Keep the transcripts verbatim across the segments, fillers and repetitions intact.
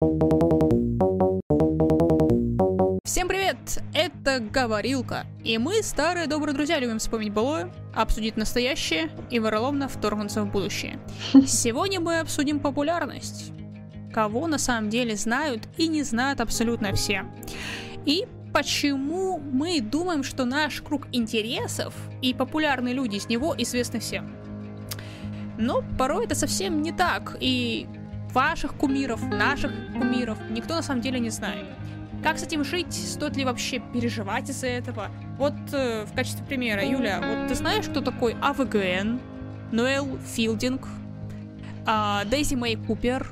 Всем привет! Это Говорилка, и мы, старые добрые друзья, любим вспомнить былое, обсудить настоящее и вероломно вторгнуться в будущее. Сегодня мы обсудим популярность. Кого на самом деле знают и не знают абсолютно все. И почему мы думаем, что наш круг интересов и популярные люди из него известны всем. Но порой это совсем не так, и ваших кумиров, наших кумиров никто на самом деле не знает. Как с этим жить? Стоит ли вообще переживать из-за этого? Вот э, в качестве примера, Юля, вот ты знаешь, кто такой А В Г Н, Ноэл Филдинг, а, Дейзи Мэй Купер?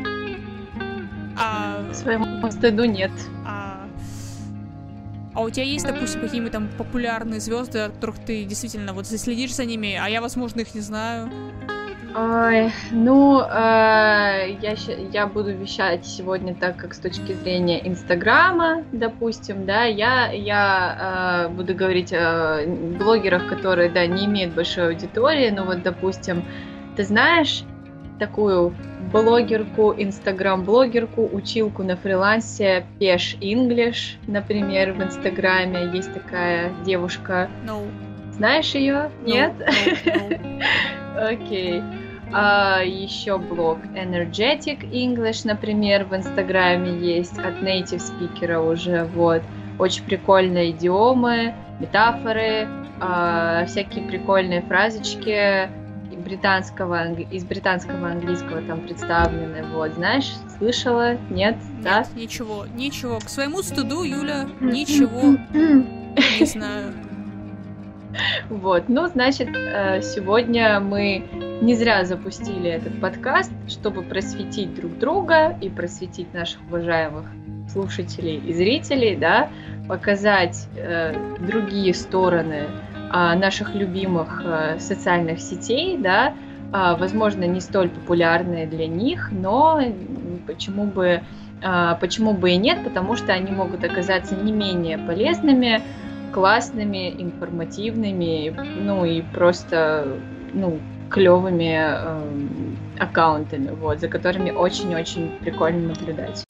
А, Своему стыду нет. А, а у тебя есть, допустим, какие-нибудь там популярные звезды, от которых ты действительно вот следишь за ними, а я, возможно, их не знаю? Ой, ну, э, я, я буду вещать сегодня так, как с точки зрения Инстаграма, допустим, да, я, я э, буду говорить о блогерах, которые, да, не имеют большой аудитории, ну вот, допустим, ты знаешь такую блогерку, инстаграм-блогерку, училку на фрилансе Пеш Инглиш, например, в Инстаграме есть такая девушка. No. Знаешь ее? No, Нет? no, no. Окей. Okay. А, еще блог Energetic English, например, в Инстаграме есть от native спикера уже, вот. Очень прикольные идиомы, метафоры, а, всякие прикольные фразочки британского, из британского английского там представлены, вот. Знаешь, слышала? Нет? Нет, да? ничего, ничего. К своему стыду, Юля, ничего не знаю. Вот, ну, значит, сегодня мы не зря запустили этот подкаст, чтобы просветить друг друга и просветить наших уважаемых слушателей и зрителей, да, показать э, другие стороны э, наших любимых э, социальных сетей, да, э, возможно, не столь популярные для них, но почему бы, э, почему бы и нет, потому что они могут оказаться не менее полезными, классными, информативными, ну и просто, ну, клевыми э, аккаунтами, вот, за которыми очень-очень прикольно наблюдать.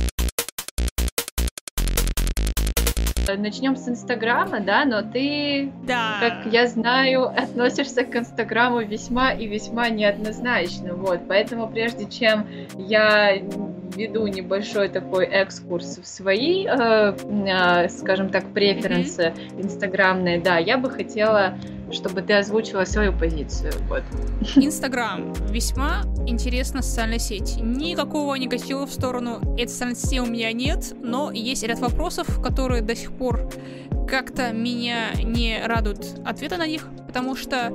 Начнем с Инстаграма, да, но ты, да. как я знаю, относишься к Инстаграму весьма и весьма неоднозначно, вот, поэтому прежде чем я веду небольшой такой экскурс в свои, э, э, скажем так, преференсы mm-hmm. инстаграмные, да, я бы хотела, чтобы ты озвучила свою позицию, вот. Инстаграм весьма интересная социальная сеть. Никакого негатива в сторону этой социальной сети у меня нет, но есть ряд вопросов, которые до сих пор как-то меня не радуют ответы на них, потому что,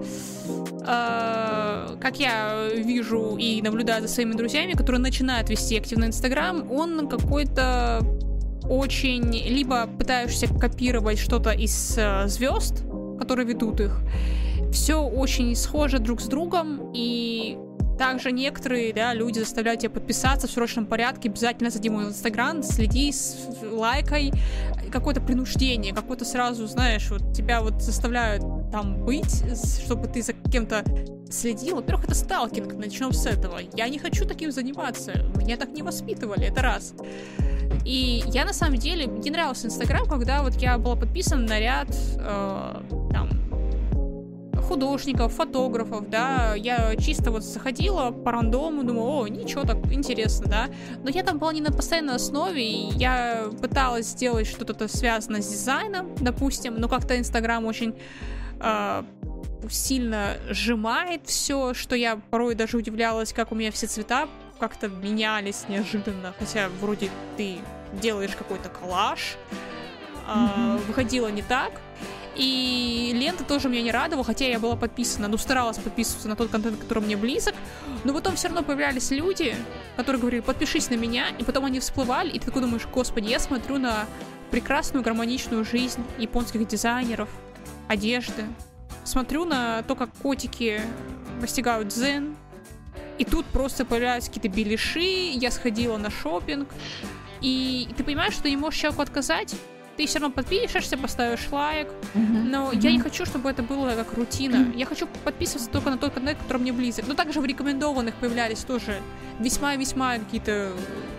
э, как я вижу и наблюдаю за своими друзьями, которые начинают вести активный Инстаграм, он какой-то очень... Либо пытаешься копировать что-то из э, звезд, которые ведут их, все очень схоже друг с другом, и также некоторые, да, люди заставляют тебя подписаться в срочном порядке, обязательно зайди в мой Инстаграм, следи, с, лайкай, какое-то принуждение, какое-то сразу, знаешь, вот тебя вот заставляют там быть, чтобы ты за кем-то следил. Во-первых, это сталкинг, начнем с этого. Я не хочу таким заниматься, меня так не воспитывали, это раз. И я, на самом деле, мне нравился Инстаграм, когда вот я была подписана на ряд э, там художников, фотографов, да, я чисто вот заходила по рандому, думаю, о, ничего, так интересно, да, но я там была не на постоянной основе, и я пыталась сделать что-то связанное с дизайном, допустим, но как-то Инстаграм очень э, сильно сжимает все, что я порой даже удивлялась, как у меня все цвета как-то менялись неожиданно, хотя вроде ты делаешь какой-то коллаж, mm-hmm. э, выходило не так. И лента тоже меня не радовала, хотя я была подписана, ну, старалась подписываться на тот контент, который мне близок, но потом все равно появлялись люди, которые говорили, подпишись на меня, и потом они всплывали, и ты такой думаешь, господи, я смотрю на прекрасную гармоничную жизнь японских дизайнеров, одежды, смотрю на то, как котики постигают дзен, и тут просто появляются какие-то беляши, я сходила на шопинг, и ты понимаешь, что ты не можешь человеку отказать, ты все равно подпишешься, поставишь лайк, uh-huh. но uh-huh. я не хочу, чтобы это было как рутина. Uh-huh. Я хочу подписываться только на тот контент, который мне близок. Но также в рекомендованных появлялись тоже весьма-весьма какие-то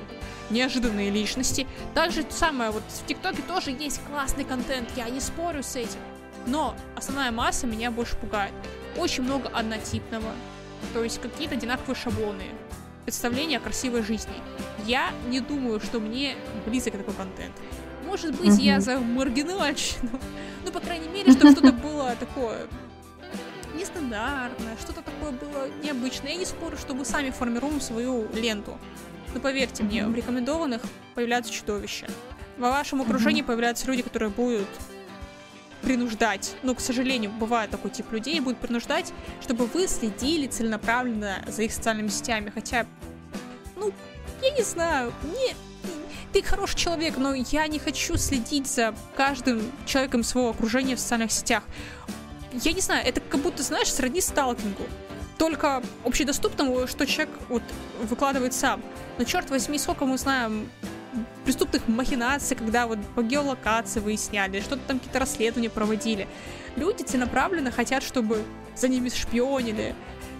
неожиданные личности. Также самое, вот в ТикТоке тоже есть классный контент, я не спорю с этим. Но основная масса меня больше пугает. Очень много однотипного, то есть какие-то одинаковые шаблоны, представления о красивой жизни. Я не думаю, что мне близок такой контент. Может быть, mm-hmm. я за маргинальщину, ну, по крайней мере, чтобы что-то было такое нестандартное, что-то такое было необычное. Я не спорю, что мы сами формируем свою ленту. Но поверьте mm-hmm. мне, в рекомендованных появляются чудовища. В вашем окружении mm-hmm. появляются люди, которые будут принуждать, но, к сожалению, бывает такой тип людей, будут принуждать, чтобы вы следили целенаправленно за их социальными сетями. Хотя, ну, я не знаю, мне... Ты хороший человек, но я не хочу следить за каждым человеком своего окружения в социальных сетях. Я не знаю, это как будто, знаешь, сродни сталкингу. Только общедоступному, что человек вот выкладывает сам. Но, черт возьми, сколько мы знаем преступных махинаций, когда вот по геолокации выясняли, что-то там какие-то расследования проводили. Люди целенаправленно хотят, чтобы за ними шпионили.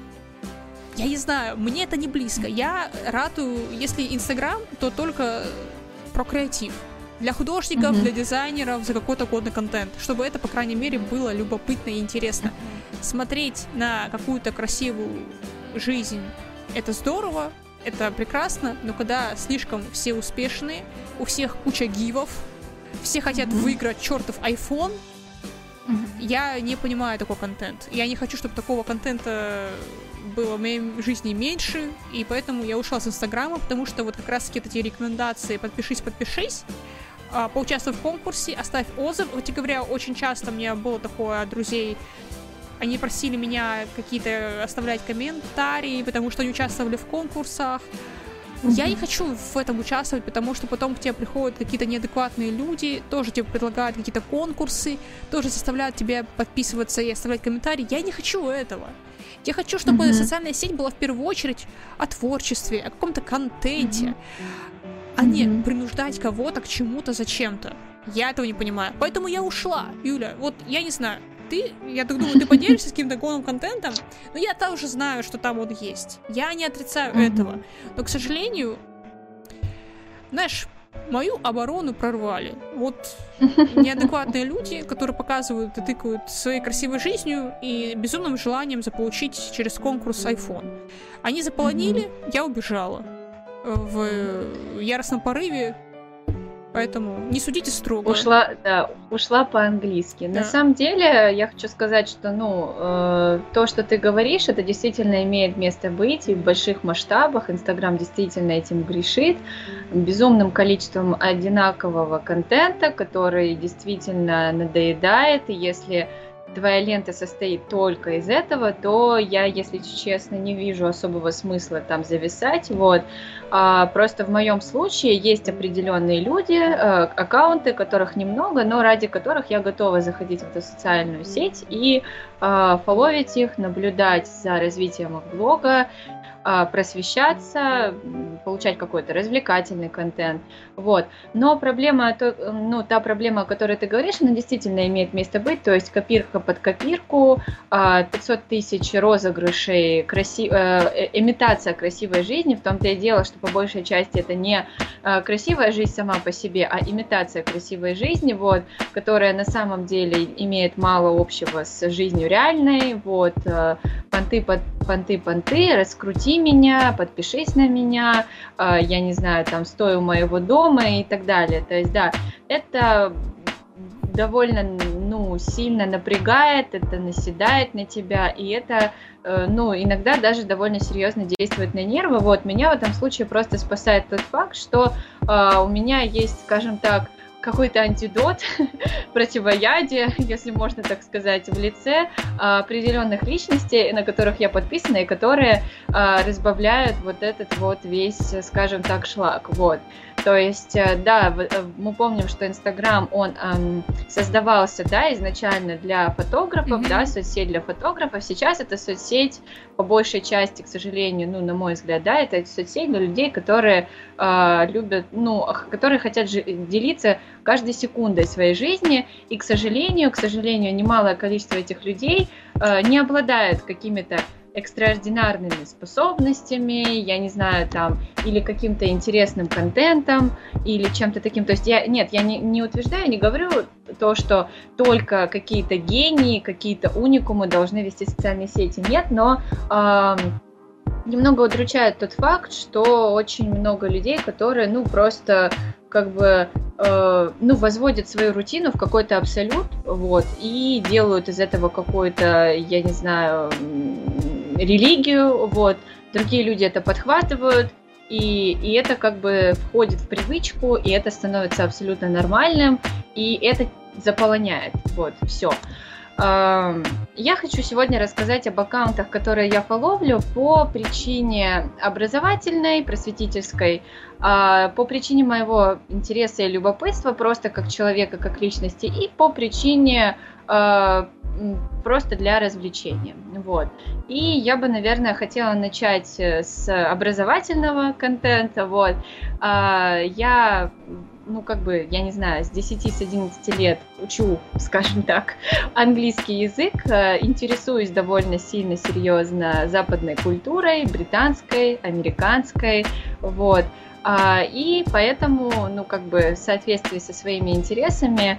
Я не знаю, мне это не близко. Я ратую, если Инстаграм, то только про креатив. Для художников, mm-hmm. для дизайнеров, за какой-то годный контент. Чтобы это, по крайней мере, было любопытно и интересно. Смотреть на какую-то красивую жизнь — это здорово, это прекрасно, но когда слишком все успешные, у всех куча гивов, все хотят mm-hmm. выиграть чертов iPhone, mm-hmm. я не понимаю такой контент. Я не хочу, чтобы такого контента было в моей жизни меньше, и поэтому я ушла с Инстаграма, потому что вот как раз-таки эти рекомендации «подпишись, подпишись», поучаствуй в конкурсе, оставь отзыв. Вот, говоря, очень часто у меня было такое от друзей, они просили меня какие-то оставлять комментарии, потому что они участвовали в конкурсах. Mm-hmm. Я не хочу в этом участвовать, потому что потом к тебе приходят какие-то неадекватные люди, тоже тебе предлагают какие-то конкурсы, тоже заставляют тебя подписываться и оставлять комментарии. Я не хочу этого. Я хочу, чтобы mm-hmm. социальная сеть была в первую очередь о творчестве, о каком-то контенте, mm-hmm. а не mm-hmm. принуждать кого-то к чему-то зачем-то. Я этого не понимаю. Поэтому я ушла. Юля, вот я не знаю, ты, я так думаю, ты поделишься с каким-то годным контентом, но я тоже знаю, что там он есть. Я не отрицаю mm-hmm. этого. Но, к сожалению, знаешь, мою оборону прорвали. Вот неадекватные люди, которые показывают и тыкают своей красивой жизнью и безумным желанием заполучить через конкурс iPhone. Они заполонили, mm-hmm. я убежала в яростном порыве. Поэтому не судите строго. Ушла, да, ушла по-английски. Да. На самом деле, я хочу сказать, что, ну, э, то, что ты говоришь, это действительно имеет место быть, и в больших масштабах Инстаграм действительно этим грешит, безумным количеством одинакового контента, который действительно надоедает, и если твоя лента состоит только из этого, то я, если честно, не вижу особого смысла там зависать. Вот. А, просто в моем случае есть определенные люди, э, аккаунты, которых немного, но ради которых я готова заходить в эту социальную сеть и э, фолловить их, наблюдать за развитием их блога, просвещаться, получать какой-то развлекательный контент. Вот. Но проблема, ну, та проблема, о которой ты говоришь, она действительно имеет место быть, то есть копирка под копирку, пятьсот тысяч розыгрышей, краси... имитация красивой жизни, в том-то и дело, что по большей части это не красивая жизнь сама по себе, а имитация красивой жизни, вот, которая на самом деле имеет мало общего с жизнью реальной, вот, понты, под, понты, понты, раскрути меня, подпишись на меня, э, я не знаю, там, стой у моего дома и так далее. То есть, да, это довольно, ну, сильно напрягает, это наседает на тебя, и это, э, ну, иногда даже довольно серьезно действует на нервы. Вот, меня в этом случае просто спасает тот факт, что э, у меня есть, скажем так, какой-то антидот, противоядие, если можно так сказать, в лице а, определенных личностей, на которых я подписана, и которые а, разбавляют вот этот вот весь, скажем так, шлак. Вот. То есть, да, мы помним, что Инстаграм, он эм, создавался, да, изначально для фотографов, mm-hmm. да, соцсеть для фотографов. Сейчас это соцсеть, по большей части, к сожалению, ну, на мой взгляд, да, это соцсеть для людей, которые э, любят, ну, которые хотят жи- делиться каждой секундой своей жизни. И, к сожалению, к сожалению, немалое количество этих людей э, не обладает какими-то экстраординарными способностями, я не знаю, там, или каким-то интересным контентом, или чем-то таким. То есть я, нет, я не, не утверждаю, не говорю то, что только какие-то гении, какие-то уникумы должны вести социальные сети. Нет, но э, немного удручает тот факт, что очень много людей, которые, ну, просто как бы, э, ну, возводят свою рутину в какой-то абсолют, вот, и делают из этого какую-то, я не знаю, религию, вот. Другие люди это подхватывают, и, и это как бы входит в привычку, и это становится абсолютно нормальным, и это заполоняет, вот, все. Я хочу сегодня рассказать об аккаунтах, которые я фоловлю по причине образовательной, просветительской, по причине моего интереса и любопытства, просто как человека, как личности, и по причине просто для развлечения. Вот. И я бы, наверное, хотела начать с образовательного контента. Вот. Я... ну, как бы, я не знаю, с десяти, с одиннадцати лет учу, скажем так, английский язык, интересуюсь довольно сильно, серьезно западной культурой, британской, американской, вот. И поэтому, ну, как бы, в соответствии со своими интересами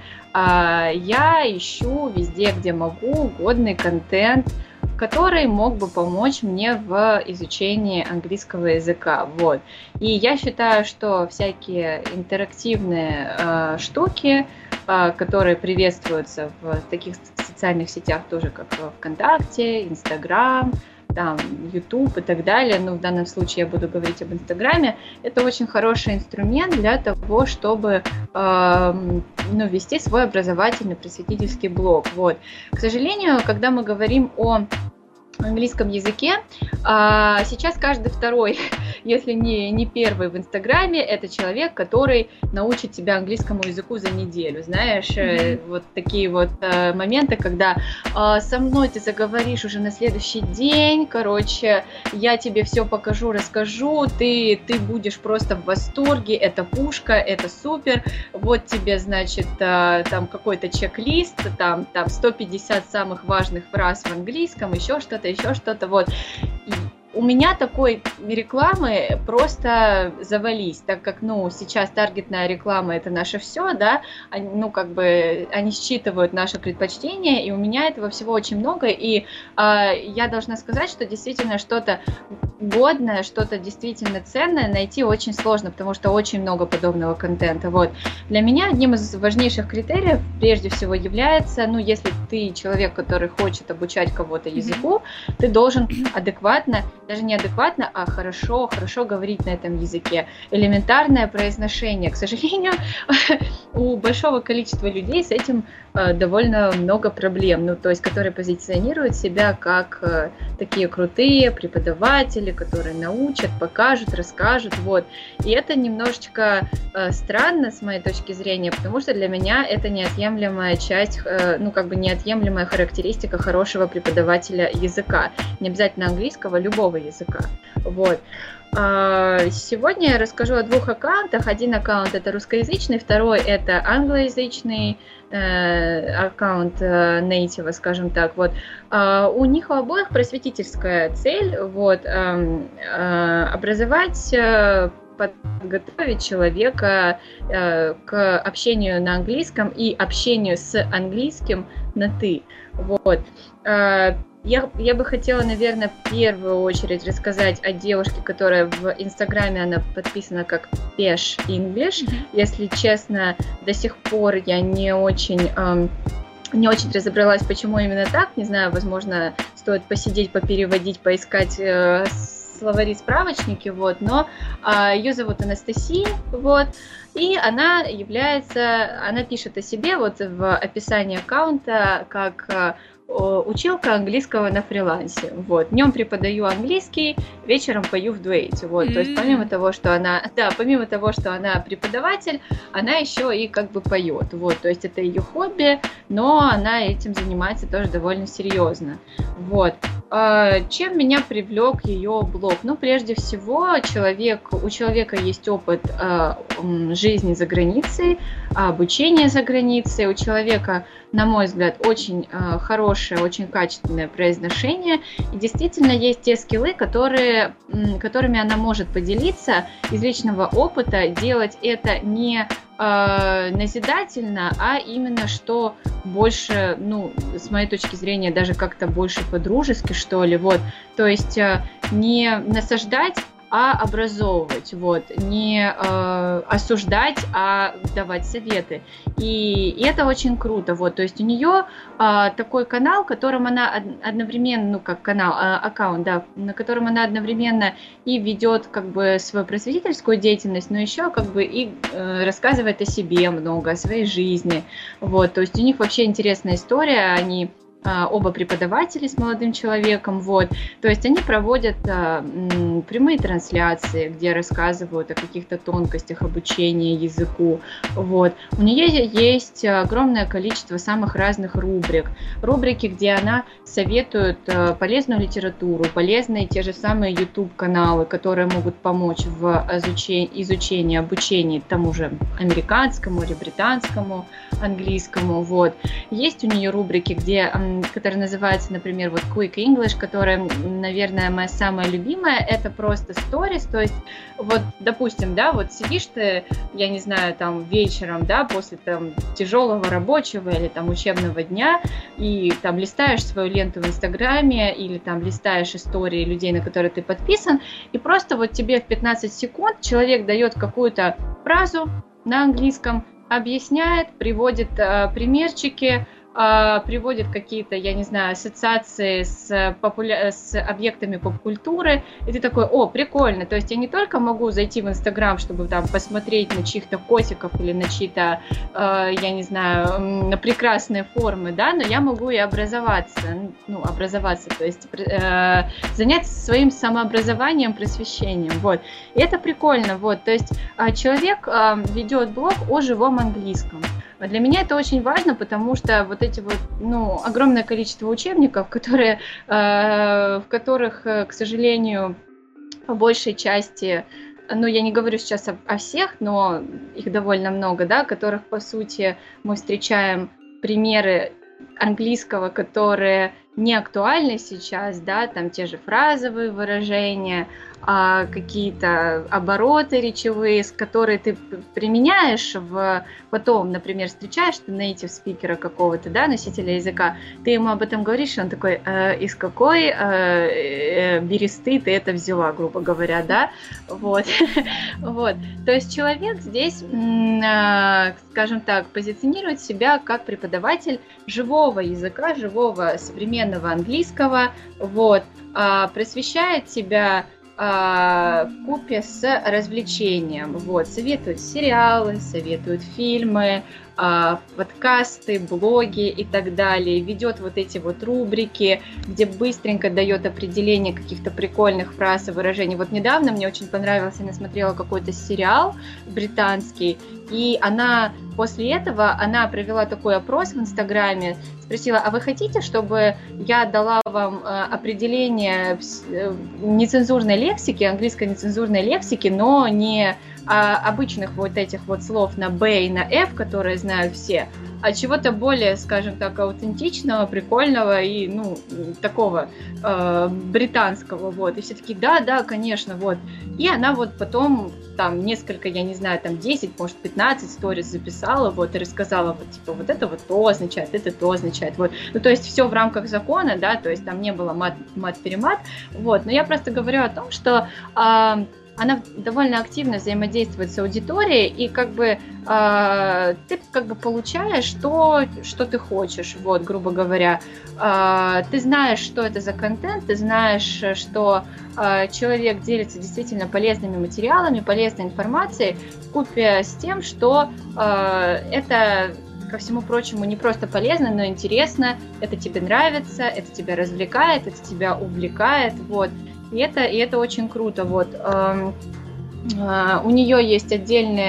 я ищу везде, где могу, годный контент, который мог бы помочь мне в изучении английского языка. Вот. И я считаю, что всякие интерактивные э, штуки, э, которые приветствуются в таких социальных сетях тоже, как ВКонтакте, Инстаграм, там, YouTube и так далее, ну, в данном случае я буду говорить об Инстаграме, это очень хороший инструмент для того, чтобы э, ну, вести свой образовательный просветительский блог. Вот. К сожалению, когда мы говорим о английском языке, а сейчас каждый второй, если не, не первый в Инстаграме, это человек, который научит тебя английскому языку за неделю. Знаешь, mm-hmm. вот такие вот а, моменты, когда а, со мной ты заговоришь уже на следующий день, короче, я тебе все покажу, расскажу, ты, ты будешь просто в восторге, это пушка, это супер, вот тебе, значит, а, там какой-то чек-лист, там, там сто пятьдесят самых важных фраз в английском, еще что-то, еще что-то, вот. И у меня такой рекламы просто завались, так как, ну, сейчас таргетная реклама — это наше все, да, они, ну, как бы, они считывают наши предпочтения, и у меня этого всего очень много, и э, я должна сказать, что действительно что-то годное, что-то действительно ценное найти очень сложно, потому что очень много подобного контента, вот. Для меня одним из важнейших критериев, прежде всего, является, ну, если ты человек, который хочет обучать кого-то языку, mm-hmm. ты должен адекватно, даже не адекватно, а хорошо, хорошо говорить на этом языке. Элементарное произношение. К сожалению, у большого количества людей с этим э, довольно много проблем, ну, то есть, которые позиционируют себя как э, такие крутые преподаватели, которые научат, покажут, расскажут, вот. И это немножечко э, странно с моей точки зрения, потому что для меня это неотъемлемая часть, э, ну, как бы неотъемлемая характеристика хорошего преподавателя языка. Не обязательно английского, любого языка. Вот. Сегодня я расскажу о двух аккаунтах. Один аккаунт — это русскоязычный, второй — это англоязычный э, аккаунт э, нейтива, скажем так. Вот. Э, у них у обоих просветительская цель, вот, э, э, образовать, э, подготовить человека э, к общению на английском и общению с английским на «ты». Вот. Э, Я, я бы хотела, наверное, в первую очередь рассказать о девушке, которая в Инстаграме, она подписана как Pesh English. Mm-hmm. Если честно, до сих пор я не очень, эм, не очень разобралась, почему именно так. Не знаю, возможно, стоит посидеть, попереводить, поискать э, словари, справочники, вот. Но э, ее зовут Анастасия, вот. И она является, она пишет о себе вот в описании аккаунта как училка английского на фрилансе. Вот. Днем преподаю английский, вечером пою в дуэте. Вот. Mm-hmm. То есть помимо того, что она, да, помимо того, что она преподаватель, она еще и как бы поет. Вот. То есть это ее хобби, но она этим занимается тоже довольно серьезно. Вот. Чем меня привлек ее блог? Ну, прежде всего, человек, у человека есть опыт жизни за границей, обучения за границей. У человека, на мой взгляд, очень хорошее, очень качественное произношение. И действительно есть те скиллы, которые, которыми она может поделиться из личного опыта, делать это не назидательно, а именно что больше, ну, с моей точки зрения, даже как-то больше по-дружески, что ли, вот, то есть не насаждать, а образовывать, вот, не э, осуждать, а давать советы. И, и это очень круто, вот, то есть у нее э, такой канал, которым она одновременно, ну, как канал, э, аккаунт, да, на котором она одновременно и ведет, как бы, свою просветительскую деятельность, но еще, как бы, и э, рассказывает о себе много, о своей жизни, вот, то есть у них вообще интересная история, они оба преподаватели с молодым человеком, вот, то есть они проводят а, м, прямые трансляции, где рассказывают о каких-то тонкостях обучения языку, вот. У нее есть огромное количество самых разных рубрик, рубрики, где она советует а, полезную литературу, полезные те же самые YouTube-каналы, которые могут помочь в изучении, изучении, обучении тому же американскому или британскому английскому, вот. Есть у нее рубрики, где которая называется, например, вот Quick English, которая, наверное, моя самая любимая, это просто stories, то есть вот, допустим, да, вот сидишь ты, я не знаю, там вечером, да, после там тяжелого рабочего или там учебного дня, и там листаешь свою ленту в Инстаграме или там листаешь истории людей, на которые ты подписан, и просто вот тебе в пятнадцать секунд человек дает какую-то фразу на английском, объясняет, приводит э, примерчики, приводит какие-то, я не знаю, ассоциации с, популя... с объектами поп-культуры, и ты такой, о, прикольно, то есть я не только могу зайти в Инстаграм, чтобы там посмотреть на чьих-то котиков или на чьи-то, э, я не знаю, на прекрасные формы, да, но я могу и образоваться, ну, образоваться, то есть э, заняться своим самообразованием, просвещением, вот, и это прикольно, вот, то есть э, человек э, ведет блог о живом английском. Для меня это очень важно, потому что вот эти вот, ну, огромное количество учебников, которые, э, в которых, к сожалению, по большей части, ну, я не говорю сейчас о, о всех, но их довольно много, да, которых, по сути, мы встречаем примеры английского, которые не актуальны сейчас, да, там те же фразовые выражения, а, какие-то обороты речевые, с которые ты применяешь в потом, например, встречаешь ты нейтив спикера какого-то, да, носителя языка, ты ему об этом говоришь, и он такой, э, из какой э, э, бересты ты это взяла, грубо говоря, да, вот, вот, то есть человек здесь, э, скажем так, позиционирует себя как преподаватель живого языка, живого современного английского, вот, э, просвещает себя вкупе с развлечением. Вот, советуют сериалы, советуют фильмы, подкасты, блоги и так далее. Ведет вот эти вот рубрики, где быстренько дает определение каких-то прикольных фраз и выражений. Вот недавно мне очень понравился, я смотрела какой-то сериал британский, и она после этого, она провела такой опрос в Инстаграме, спросила, а вы хотите, чтобы я дала вам определение нецензурной лексики, английской нецензурной лексики, но не обычных вот этих вот слов на Б и на Ф, которые знают все, а чего-то более, скажем так, аутентичного, прикольного и, ну, такого э, британского, вот. И все такие, да, да, конечно, вот. И она вот потом там несколько, я не знаю, там десять, может, пятнадцать сториз записала, вот, и рассказала, вот, типа, вот это вот то означает, это то означает, вот. Ну, то есть все в рамках закона, да, то есть там не было мат, мат-перемат, вот. Но я просто говорю о том, что э, она довольно активно взаимодействует с аудиторией, и как бы э, ты как бы получаешь то, что ты хочешь, вот, грубо говоря. Э, ты знаешь, что это за контент, ты знаешь, что э, человек делится действительно полезными материалами, полезной информацией, вкупе с тем, что э, это, ко всему прочему, не просто полезно, но интересно, это тебе нравится, это тебя развлекает, это тебя увлекает, вот. И это, и это очень круто. Вот. У нее есть отдельные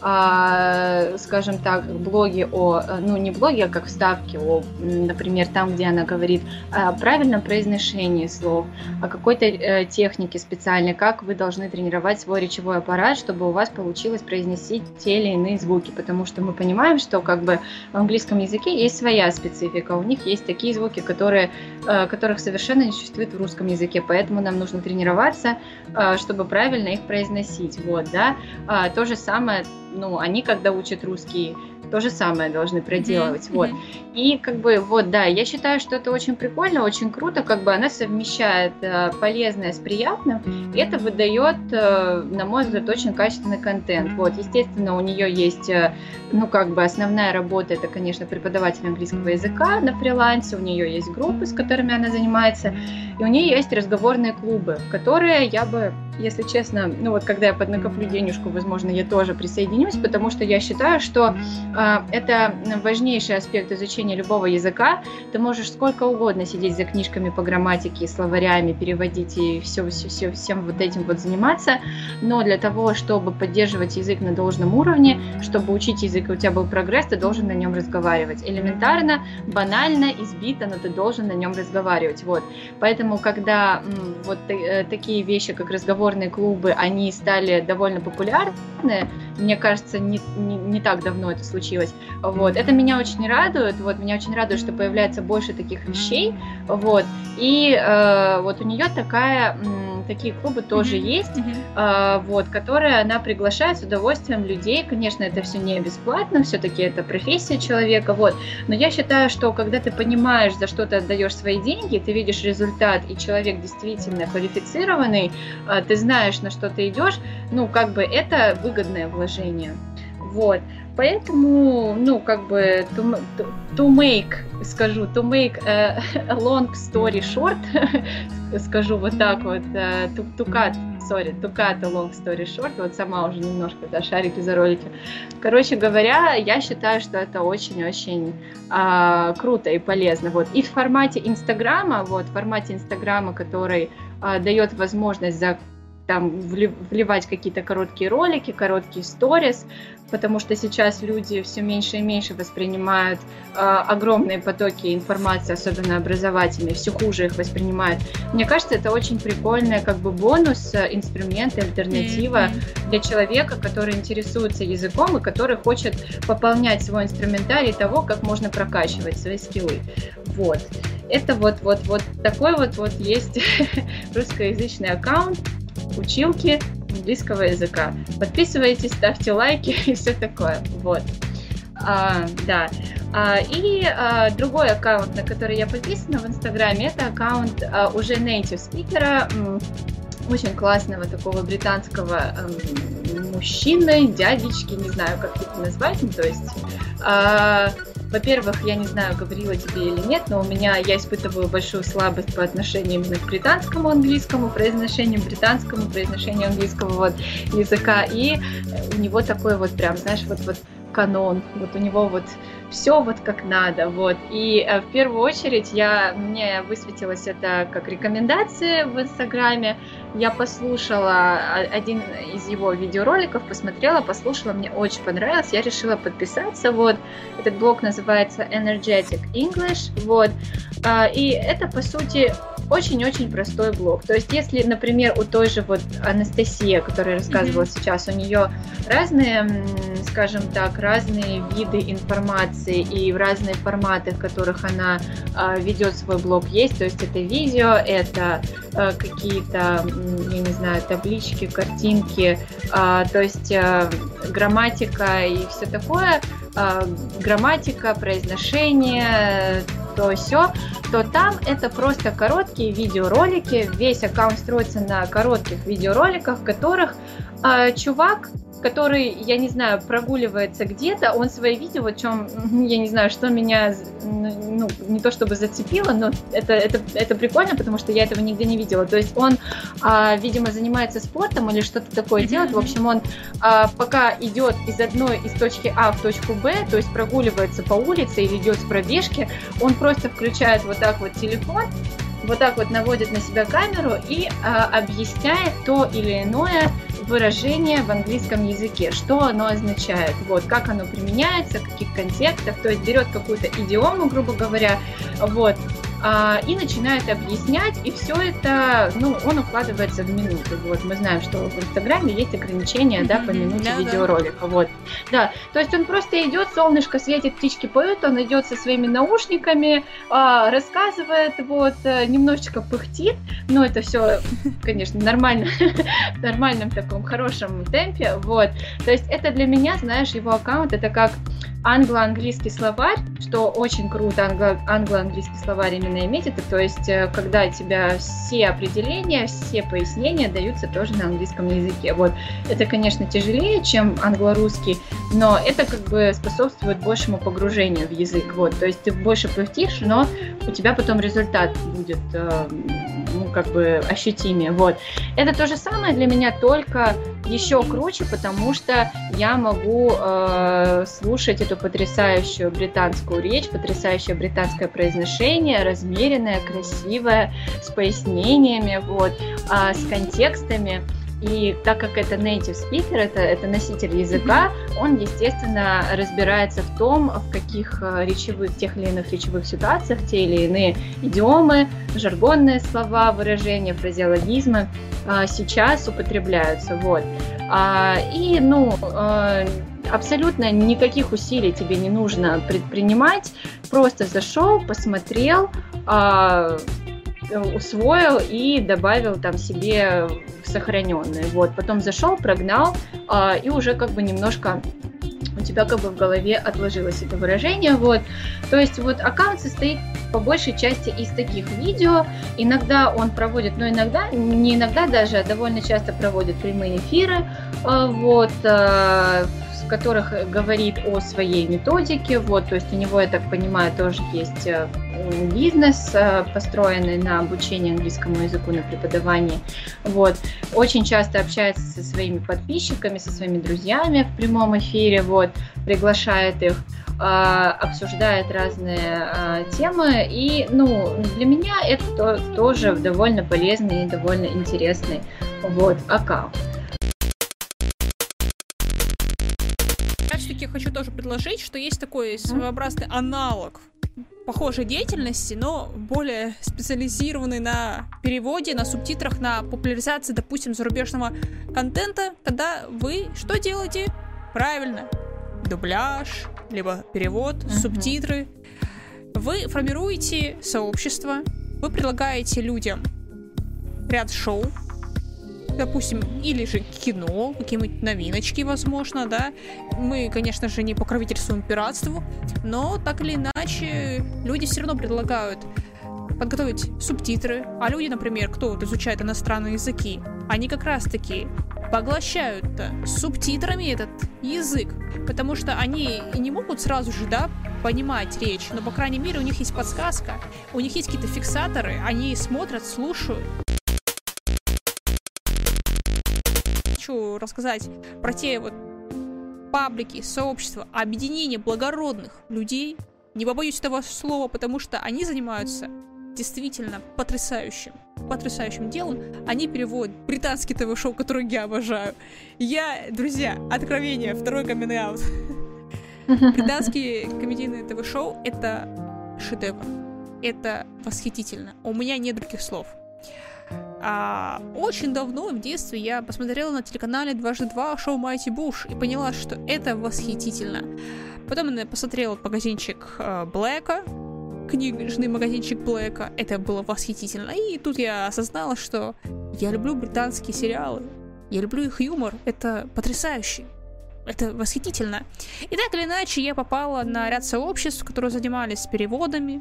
а, скажем так, блоги о, ну не блоги, а как вставки о, например, там, где она говорит о правильном произношении слов, о какой-то э, технике специальной, как вы должны тренировать свой речевой аппарат, чтобы у вас получилось произносить те или иные звуки, потому что мы понимаем, что как бы в английском языке есть своя специфика, у них есть такие звуки, которые, э, которых совершенно не существует в русском языке, поэтому нам нужно тренироваться, э, чтобы правильно их произносить, вот, да, а, то же самое, ну, они, когда учат русский, то же самое должны проделывать, mm-hmm. вот. И как бы, вот, да, я считаю, что это очень прикольно, очень круто, как бы она совмещает э, полезное с приятным, и это выдает, э, на мой взгляд, очень качественный контент, вот. Естественно, у нее есть, э, ну, как бы основная работа, это, конечно, преподаватель английского языка на фрилансе, у нее есть группы, с которыми она занимается, и у нее есть разговорные клубы, которые я бы, если честно, ну, вот, когда я поднакоплю денежку, возможно, я тоже присоединюсь, потому что я считаю, что э, это важнейший аспект изучения любого языка. Ты можешь сколько угодно сидеть за книжками по грамматике, словарями, переводить и все, все, все, всем вот этим вот заниматься, но для того, чтобы поддерживать язык на должном уровне, чтобы учить язык, и у тебя был прогресс, ты должен на нем разговаривать. Элементарно, банально, избито, но ты должен на нем разговаривать. Вот. Поэтому, когда м, вот э, такие вещи, как разговорные клубы, они стали довольно популярны, мне кажется, не, не, не так давно это случилось. Вот. Это меня очень радует. Вот. Меня очень радует, что появляется больше таких вещей. Вот. И э, вот у нее такая, м, такие клубы тоже mm-hmm. есть, mm-hmm. Э, вот, которые она приглашает с удовольствием людей. Конечно, это все не бесплатно, все-таки это профессия человека. Вот. Но я считаю, что когда ты понимаешь, за что ты отдаешь свои деньги, ты видишь результат, и человек действительно квалифицированный, э, ты знаешь, на что ты идешь, ну, как бы это выгодное вложение. Вот. Поэтому, ну, как бы, to, to make, скажу, to make a, a long story short, скажу вот так вот, to, to cut, sorry, to cut a long story short, вот сама уже немножко, да, шарики за ролики. Короче говоря, я считаю, что это очень-очень а, круто и полезно. Вот. И в формате Инстаграма, вот, в формате Инстаграма, который а, дает возможность за там вливать какие-то короткие ролики, короткие сторис, потому что сейчас люди все меньше и меньше воспринимают э, огромные потоки информации, особенно образовательной, все хуже их воспринимают. Мне кажется, это очень прикольный как бы бонус, инструмент, альтернатива mm-hmm. для человека, который интересуется языком и который хочет пополнять свой инструментарий того, как можно прокачивать свои скиллы. Вот. Это вот, вот, вот такой вот, вот есть русскоязычный аккаунт училки английского языка. Подписывайтесь, ставьте лайки и все такое. Вот. А, да. А, и а, другой аккаунт, на который я подписана в Инстаграме, это аккаунт а, уже native спикера, м, очень классного такого британского м, мужчины, дядечки, не знаю, как это назвать, ну, то есть... А, Во-первых, я не знаю, говорила тебе или нет, но у меня, я испытываю большую слабость по отношению именно к британскому английскому, произношению британскому, произношению английского вот языка, и у него такой вот прям, знаешь, вот, вот канон, вот у него вот все вот как надо, вот, и э, в первую очередь я, мне высветилось это как рекомендации в Инстаграме, я послушала один из его видеороликов, посмотрела, послушала, мне очень понравилось, я решила подписаться, вот, этот блог называется Energetic English, вот, э, и это, по сути, очень-очень простой блог. То есть, если, например, у той же вот Анастасии, которая рассказывала mm-hmm. сейчас, у нее разные, скажем так, разные виды информации и в разные форматы, в которых она э, ведет свой блог, есть. То есть, это видео, это э, какие-то, я не знаю, таблички, картинки, э, то есть э, грамматика и все такое, э, грамматика, произношение, то все, то там это просто короткие видеоролики, весь аккаунт строится на коротких видеороликах, в которых э, чувак, который, я не знаю, прогуливается где-то, он свои видео, вот чем, я не знаю, что меня, ну, не то чтобы зацепило, но это, это, это прикольно, потому что я этого нигде не видела. То есть он, а, видимо, занимается спортом или что-то такое делает. В общем, он а, пока идет из одной, из точки А в точку Б, то есть прогуливается по улице или идет с пробежки, он просто включает вот так вот телефон, вот так вот наводит на себя камеру и а, объясняет то или иное выражение в английском языке, что оно означает, вот, как оно применяется, в каких контекстах, то есть берет какую-то идиому, грубо говоря, вот, а, и начинает объяснять, и все это, ну, он укладывается в минуту, вот, мы знаем, что в Инстаграме есть ограничения, mm-hmm. да, по минуте да, видеоролика, да. вот, да, то есть он просто идет, солнышко светит, птички поют, он идет со своими наушниками, а, рассказывает, вот, немножечко пыхтит, но это все, конечно, нормально, в нормальном таком хорошем темпе, вот, то есть это для меня, знаешь, его аккаунт, это как англо-английский словарь, что очень круто, англо- англо-английский словарь именно иметь это, то есть когда у тебя все определения, все пояснения даются тоже на английском языке, вот, это, конечно, тяжелее, чем англо-русский, но это как бы способствует большему погружению в язык, вот, то есть ты больше пыхтишь, но у тебя потом результат будет, э, ну, как бы ощутимее, вот. Это то же самое для меня, только еще круче, потому что я могу э, слушать эту потрясающую британскую речь, потрясающее британское произношение, размеренное, красивое, с пояснениями, вот, э, с контекстами. И так как это native speaker, это, это носитель языка, он, естественно, разбирается в том, в каких речевых, тех или иных речевых ситуациях те или иные идиомы, жаргонные слова, выражения, фразеологизмы а, сейчас употребляются. Вот. А, и, ну, а, абсолютно никаких усилий тебе не нужно предпринимать, просто зашел, посмотрел, а, усвоил и добавил там себе сохраненные. Вот. Потом зашел, прогнал, а, и уже как бы немножко у тебя как бы в голове отложилось это выражение. Вот. То есть вот аккаунт состоит по большей части из таких видео. Иногда он проводит, но иногда, не иногда даже, а довольно часто проводит прямые эфиры, а, вот, а, в которых говорит о своей методике. Вот, то есть у него, я так понимаю, тоже есть бизнес, построенный на обучении английскому языку, на преподавании. Вот. Очень часто общается со своими подписчиками, со своими друзьями в прямом эфире, вот, приглашает их, обсуждает разные темы. И, ну, для меня это тоже довольно полезный и довольно интересный, вот, аккаунт. Я хочу тоже предложить, что есть такой своеобразный аналог похожей деятельности, но более специализированный на переводе, на субтитрах, на популяризации, допустим, зарубежного контента, когда вы что делаете? Правильно, дубляж, либо перевод, uh-huh. субтитры. Вы формируете сообщество, вы предлагаете людям ряд шоу, допустим, или же кино, какие-нибудь новиночки, возможно, да. Мы, конечно же, не покровительствуем пиратству, но так или иначе люди все равно предлагают подготовить субтитры, а люди, например, кто вот изучает иностранные языки, они как раз-таки поглощают субтитрами этот язык, потому что они не могут сразу же, да, понимать речь, но, по крайней мере, у них есть подсказка, у них есть какие-то фиксаторы, они смотрят, слушают. Хочу рассказать про те вот паблики, сообщества, объединения благородных людей. Не побоюсь этого слова, потому что они занимаются действительно потрясающим, потрясающим делом. Они переводят британские ТВ-шоу, которые я обожаю. Я, друзья, откровение, второй камин-аут. Британские комедийные ТВ-шоу — это шедевр. Это восхитительно. У меня нет других слов. А, очень давно, в детстве, я посмотрела на телеканале дважды два шоу Майти Буш и поняла, что это восхитительно. Потом я посмотрела магазинчик э, Блэка, книжный магазинчик Блэка. Это было восхитительно. И тут я осознала, что я люблю британские сериалы. Я люблю их юмор. Это потрясающе. Это восхитительно. И так или иначе, я попала на ряд сообществ, которые занимались переводами.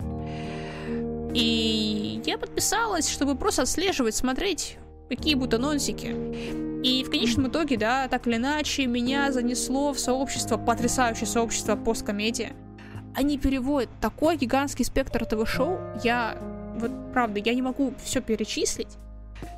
И я подписалась, чтобы просто отслеживать, смотреть, какие будут анонсики. И в конечном итоге, да, так или иначе, меня занесло в сообщество, потрясающее сообщество посткомедия. Они переводят такой гигантский спектр ТВ-шоу, я, вот правда, я не могу все перечислить.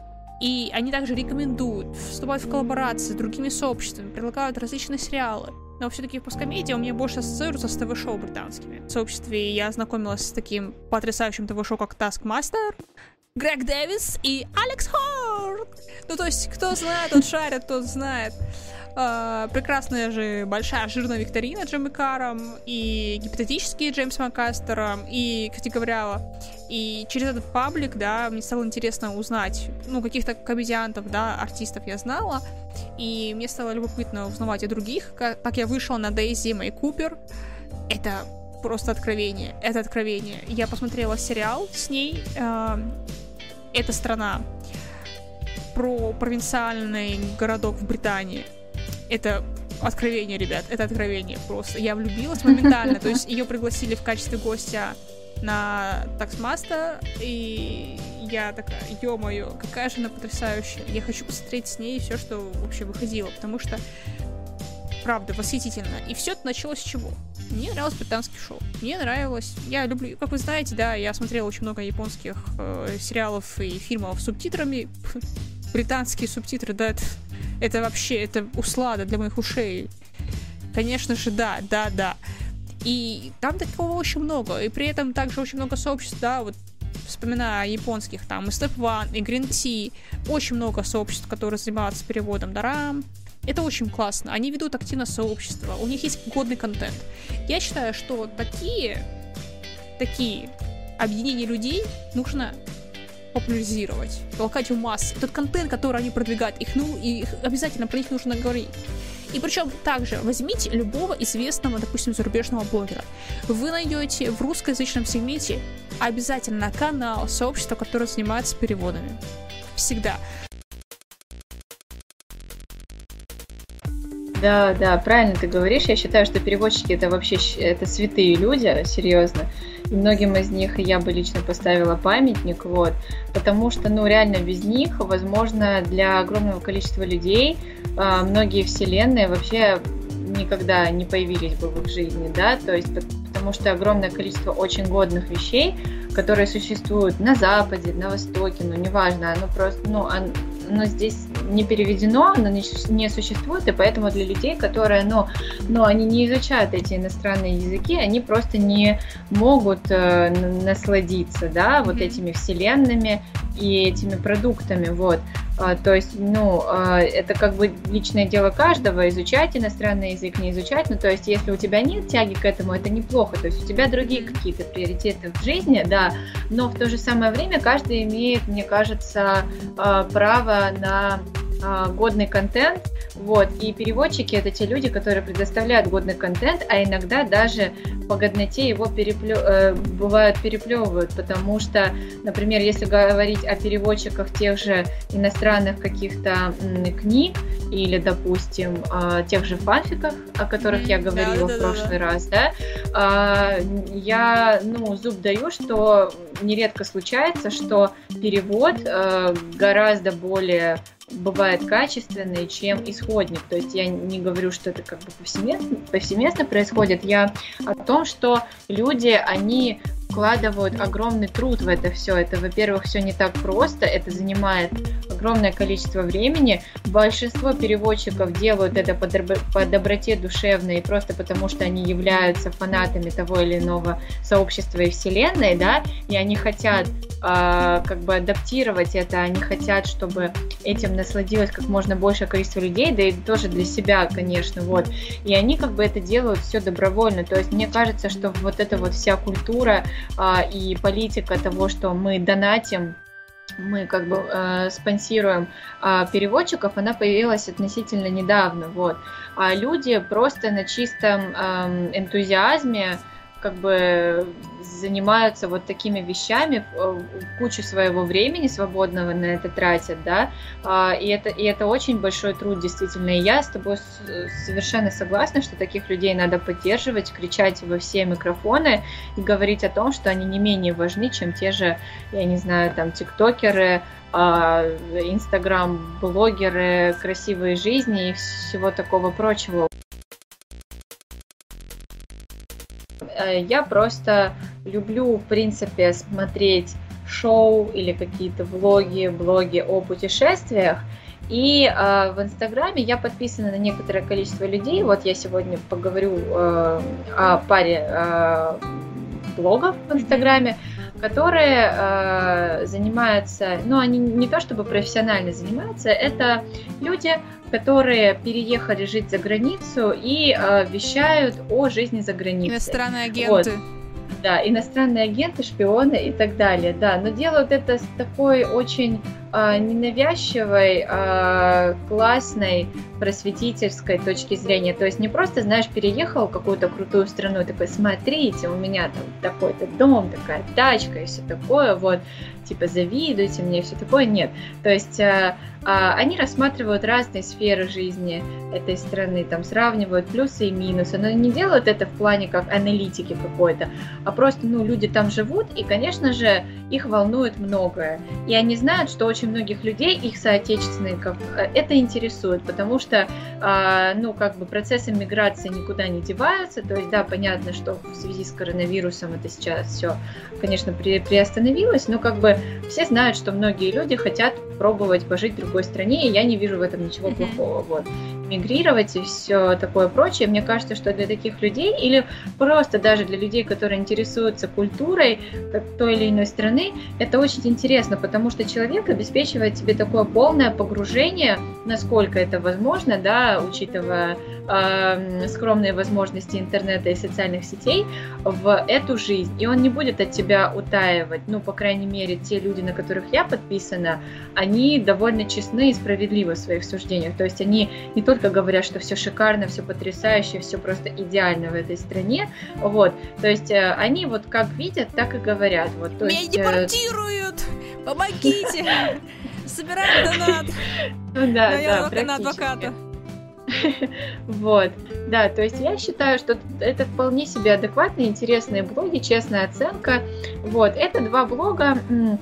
И они также рекомендуют, вступают в коллаборации с другими сообществами, предлагают различные сериалы. Но все-таки пускомедиа у меня больше ассоциируется с ТВ-шоу британскими. В сообществе я ознакомилась с таким потрясающим ТВ-шоу, как Taskmaster, Грег Дэвис и Алекс Хорн. Ну, то есть, кто знает, тот шарит, тот знает. Uh, прекрасная же большая жирная викторина Джимми Карром и гипотетические Джеймсом Маккастером, и, кстати говоря, и через этот паблик, да, мне стало интересно узнать, ну, каких-то комедиантов, да, артистов я знала, и мне стало любопытно узнавать о других, как, как я вышла на Дейзи Мэй Купер. Это просто откровение, это откровение. Я посмотрела сериал с ней, uh, «Эта страна», про провинциальный городок в Британии. Это откровение, ребят, это откровение просто. Я влюбилась моментально, то есть ее пригласили в качестве гостя на Taskmaster, и я такая, ё-моё, какая же она потрясающая. Я хочу посмотреть с ней все, что вообще выходило, потому что, правда, восхитительно. И все это началось с чего? Мне нравилось британские шоу. Мне нравилось. Я люблю, как вы знаете, да, я смотрела очень много японских э, сериалов и фильмов с субтитрами. Британские субтитры, да, это, это вообще, это услада для моих ушей. Конечно же, да, да, да. И там такого очень много. И при этом также очень много сообществ, да, вот вспоминая японских, там и Step One, и Green Tea, очень много сообществ, которые занимаются переводом дарам. Это очень классно. Они ведут активно сообщество, у них есть годный контент. Я считаю, что такие, такие объединения людей нужно популяризировать, толкать в массы. Тот контент, который они продвигают, их, ну, и обязательно про них нужно говорить. И причем также возьмите любого известного, допустим, зарубежного блогера. Вы найдете в русскоязычном сегменте обязательно канал, сообщество, которое занимается переводами. Всегда. Да, да, правильно ты говоришь. Я считаю, что переводчики это вообще это святые люди, серьезно. И многим из них я бы лично поставила памятник, вот, потому что, ну, реально без них, возможно, для огромного количества людей э, многие вселенные вообще никогда не появились бы в их жизни, да, то есть потому что огромное количество очень годных вещей, которые существуют на Западе, на Востоке, ну, неважно, оно просто, ну, оно, оно здесь не переведено, оно не, не существует, и поэтому для людей, которые, ну, ну, они не изучают эти иностранные языки, они просто не могут э, насладиться, да, вот этими вселенными и этими продуктами, вот. А, то есть, ну, а, это как бы личное дело каждого, изучать иностранный язык, не изучать, ну, то есть, если у тебя нет тяги к этому, это неплохо, то есть, у тебя другие какие-то приоритеты в жизни, да, но в то же самое время каждый имеет, мне кажется, а, право на а, годный контент, вот, и переводчики — это те люди, которые предоставляют годный контент, а иногда даже по годноте его переплё... э, бывают переплевывают, потому что, например, если говорить о переводчиках тех же иностранных каких-то м, книг или, допустим, э, тех же фанфиках, о которых mm-hmm. я говорила да, в да, прошлый да. раз, да, э, я, ну, зуб даю, что нередко случается, что перевод э, гораздо более бывает качественный, чем исходник. То есть я не говорю, что это как бы повсеместно, повсеместно происходит. Я о том, что люди, они вкладывают огромный труд в это все. Это, во-первых, все не так просто, это занимает огромное количество времени. Большинство переводчиков делают это по, доб- по доброте душевной, просто потому что они являются фанатами того или иного сообщества и вселенной, да, и они хотят э, как бы адаптировать это, они хотят, чтобы этим насладилось как можно большее количество людей, да и тоже для себя, конечно, вот. И они как бы это делают все добровольно. То есть мне кажется, что вот эта вот вся культура и политика того, что мы донатим, мы как бы э, спонсируем э, переводчиков, она появилась относительно недавно, вот. А люди просто на чистом э, энтузиазме как бы занимаются вот такими вещами, кучу своего времени свободного на это тратят, да, и это, и это очень большой труд, действительно, и я с тобой совершенно согласна, что таких людей надо поддерживать, кричать во все микрофоны и говорить о том, что они не менее важны, чем те же, я не знаю, там, тиктокеры, инстаграм-блогеры, красивые жизни и всего такого прочего. Я просто люблю, в принципе, смотреть шоу или какие-то влоги, блоги о путешествиях. И э, в Инстаграме я подписана на некоторое количество людей. Вот я сегодня поговорю э, о паре э, блогов в Инстаграме, которые э, занимаются, ну, они не то чтобы профессионально занимаются, это люди, которые переехали жить за границу и э, вещают о жизни за границей. Иностранные агенты. Вот. Да, иностранные агенты, шпионы и так далее, да, но делают это с такой очень э, ненавязчивой, э, классной, просветительской точки зрения. То есть не просто, знаешь, переехал в какую-то крутую страну и такой, смотрите, у меня там такой-то дом, такая тачка и все такое, вот, типа завидуйте мне и все такое. Нет. То есть э, э, они рассматривают разные сферы жизни этой страны, там сравнивают плюсы и минусы, но не делают это в плане как аналитики какой-то, а просто, ну, люди там живут, и, конечно же, их волнует многое. И они знают, что очень многих людей, их соотечественников, это интересует, потому что, э, ну, как бы процессы миграции никуда не деваются, то есть, да, понятно, что в связи с коронавирусом это сейчас все, конечно, при, приостановилось, но как бы все знают, что многие люди хотят пробовать пожить в другой стране, и я не вижу в этом ничего плохого, вот. Мигрировать и все такое прочее, мне кажется, что для таких людей, или просто даже для людей, которые интересуются культурой той или иной страны, это очень интересно, потому что человек обеспечивает тебе такое полное погружение, насколько это возможно, да, учитывая э, скромные возможности интернета и социальных сетей, в эту жизнь, и он не будет от тебя утаивать, ну, по крайней мере, те люди, на которых я подписана, они довольно честны и справедливы в своих суждениях, то есть они не только говорят, что все шикарно, все потрясающе, все просто идеально в этой стране, вот, то есть э, они вот как видят, так и говорят, вот, то Меня есть, депортируют! Э... Помогите! Собираем донат! Ну да, да, да, на адвоката. Вот, да, то есть я считаю, что это вполне себе адекватные, интересные блоги, честная оценка. Вот, это два блога.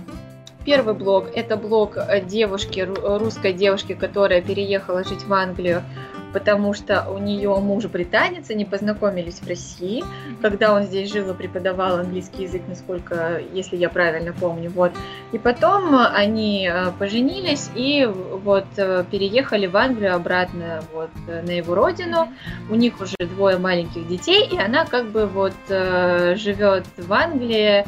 Первый блог – это блог девушки, русской девушки, которая переехала жить в Англию, потому что у нее муж британец, они познакомились в России, когда он здесь жил и преподавал английский язык, насколько, если я правильно помню, вот. И потом они поженились и вот переехали в Англию обратно вот на его родину. У них уже двое маленьких детей, и она как бы вот живет в Англии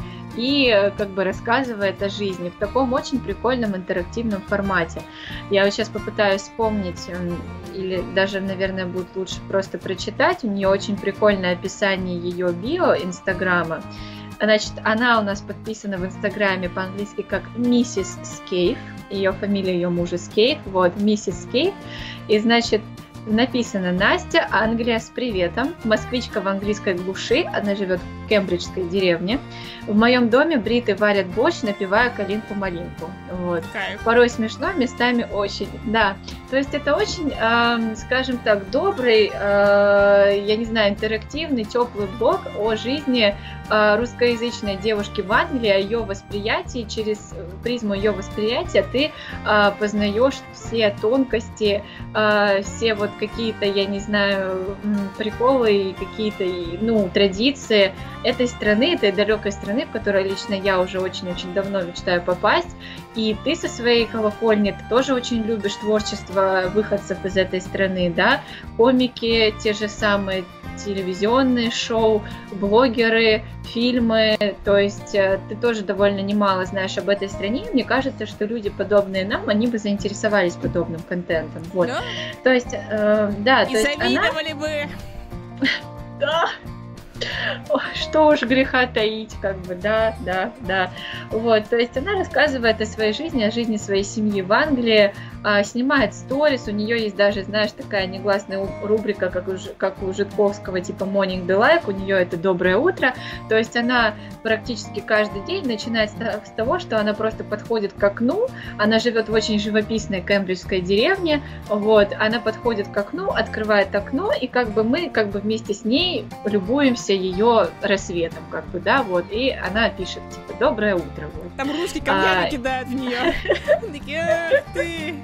и как бы рассказывает о жизни в таком очень прикольном интерактивном формате. Я вот сейчас попытаюсь вспомнить, или даже, наверное, будет лучше просто прочитать. У нее очень прикольное описание ее био Инстаграма. Значит, она у нас подписана в Инстаграме по-английски как миссис Скейф. Ее фамилия ее мужа Скейф. Вот, миссис Скейф. И, значит, написано: Настя, Англия, с приветом. Москвичка в английской глуши. Она живет в кембриджской деревне. В моем доме бриты варят борщ, напивая калинку-малинку. Вот. Порой смешно, местами очень. Да. То есть это очень, э, скажем так, добрый, э, я не знаю, интерактивный, теплый блог о жизни э, русскоязычной девушки в Англии, о ее восприятии. Через призму ее восприятия ты э, познаешь все тонкости, э, все вот какие-то, я не знаю, приколы, какие-то, ну, традиции этой страны, этой далекой страны, в которой лично я уже очень-очень давно мечтаю попасть. И ты со своей колокольни, ты тоже очень любишь творчество выходцев из этой страны, да, комики, те же самые телевизионные шоу, блогеры, фильмы, то есть ты тоже довольно немало знаешь об этой стране. Мне кажется, что люди, подобные нам, они бы заинтересовались подобным контентом. Вот. Да? То есть, э, да, и то есть завидовали она... бы. Да. Что уж греха таить, как бы, да, да, да. Вот, то есть она рассказывает о своей жизни, о жизни своей семьи в Англии, а, снимает сторис, у нее есть даже, знаешь, такая негласная рубрика, как у, как у Житковского, типа Morning Be Like, у нее это «Доброе утро», то есть она практически каждый день начинает с того, что она просто подходит к окну, она живет в очень живописной кембриджской деревне, вот, она подходит к окну, открывает окно, и как бы мы, как бы вместе с ней любуемся ее рассветом, как бы, да, вот, и она пишет, типа, «Доброе утро», вот. Там русские камнями а... кидают в нее. Такие, ты...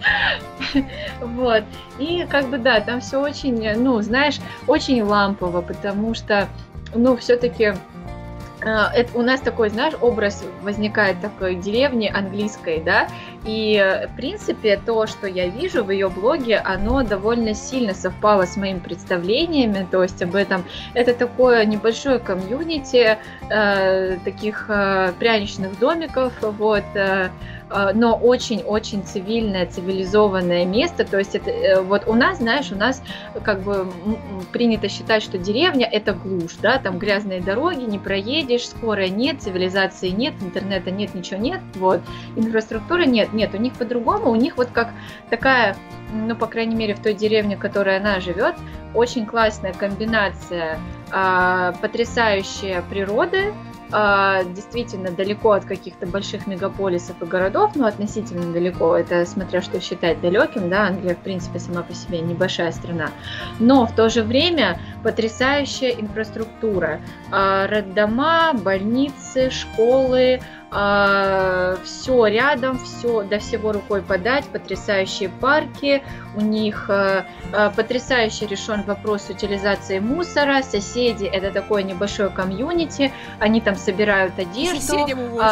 Вот, и как бы, да, там все очень, ну, знаешь, очень лампово, потому что, ну, все-таки Это у нас такой, знаешь, образ возникает такой деревни английской, да, и, в принципе, то, что я вижу в ее блоге, оно довольно сильно совпало с моими представлениями, то есть об этом, это такое небольшое комьюнити, э, таких э, пряничных домиков, вот, э, но очень-очень цивильное, цивилизованное место. То есть это вот у нас, знаешь, у нас как бы принято считать, что деревня – это глушь, да, там грязные дороги, не проедешь, скорой нет, цивилизации нет, интернета нет, ничего нет, вот, инфраструктуры нет, нет, у них по-другому, у них вот как такая, ну, по крайней мере, в той деревне, в которой она живет, очень классная комбинация э, потрясающей природы, действительно далеко от каких-то больших мегаполисов и городов, но относительно далеко, это смотря что считать далеким, да, Англия, в принципе, сама по себе небольшая страна, но в то же время потрясающая инфраструктура, роддома, больницы, школы, все рядом, все до всего рукой подать, потрясающие парки, у них потрясающе решен вопрос утилизации мусора, соседи, это такое небольшое комьюнити, они там собирают одежду.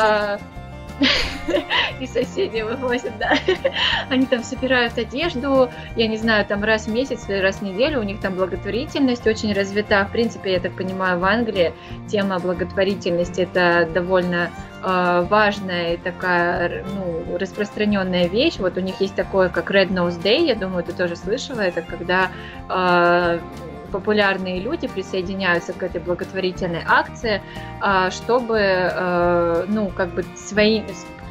И соседи вывозят, да. Они там собирают одежду, я не знаю, там раз в месяц или раз в неделю, у них там благотворительность очень развита. В принципе, я так понимаю, в Англии тема благотворительности это довольно э, важная и такая, ну, распространенная вещь. Вот у них есть такое, как Red Nose Day, я думаю, ты тоже слышала, это когда э, популярные люди присоединяются к этой благотворительной акции, чтобы, ну, как бы свои,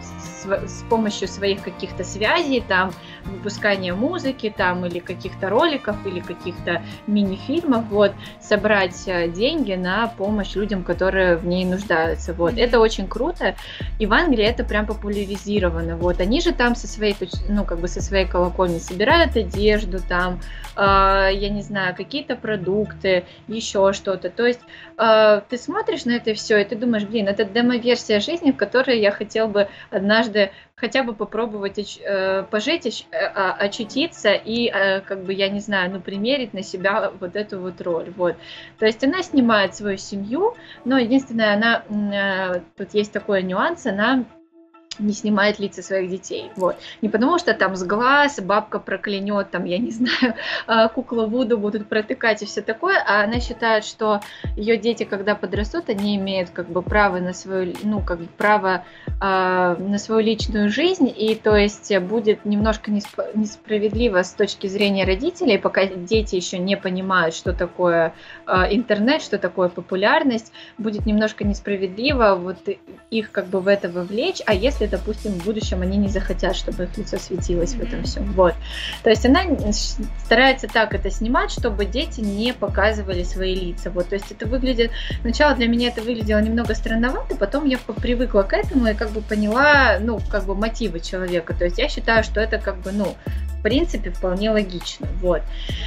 с помощью своих каких-то связей, там, выпускания музыки, там, или каких-то роликов, или каких-то мини-фильмов, вот, собрать деньги на помощь людям, которые в ней нуждаются, вот. Это очень круто, и в Англии это прям популяризировано, вот. Они же там со своей, ну, как бы со своей колокольни собирают одежду, там, э, я не знаю, какие-то продукты, еще что-то, то есть э, ты смотришь на это все, и ты думаешь, блин, это демо-версия жизни, в которой я хотел бы однажды хотя бы попробовать э, пожить, э, очутиться и, э, как бы, я не знаю, ну, примерить на себя вот эту вот роль, вот. То есть она снимает свою семью, но единственное, она, э, тут есть такой нюанс, она не снимает лица своих детей, вот. Не потому что там с глаз бабка проклянет, там, я не знаю, кукла Вуду будут протыкать и все такое, а она считает, что ее дети, когда подрастут, они имеют как бы право на свою, ну, как бы право э, на свою личную жизнь, и то есть будет немножко несп- несправедливо с точки зрения родителей, пока дети еще не понимают, что такое э, интернет, что такое популярность, будет немножко несправедливо вот их как бы в это вовлечь, а если, допустим, в будущем они не захотят, чтобы их лицо светилось в этом всем. Вот. То есть она старается так это снимать, чтобы дети не показывали свои лица. Вот. То есть это выглядит... Сначала для меня это выглядело немного странновато, потом я привыкла к этому и как бы поняла, ну, как бы мотивы человека. То есть я считаю, что это как бы, ну, в принципе, вполне логично. Вот.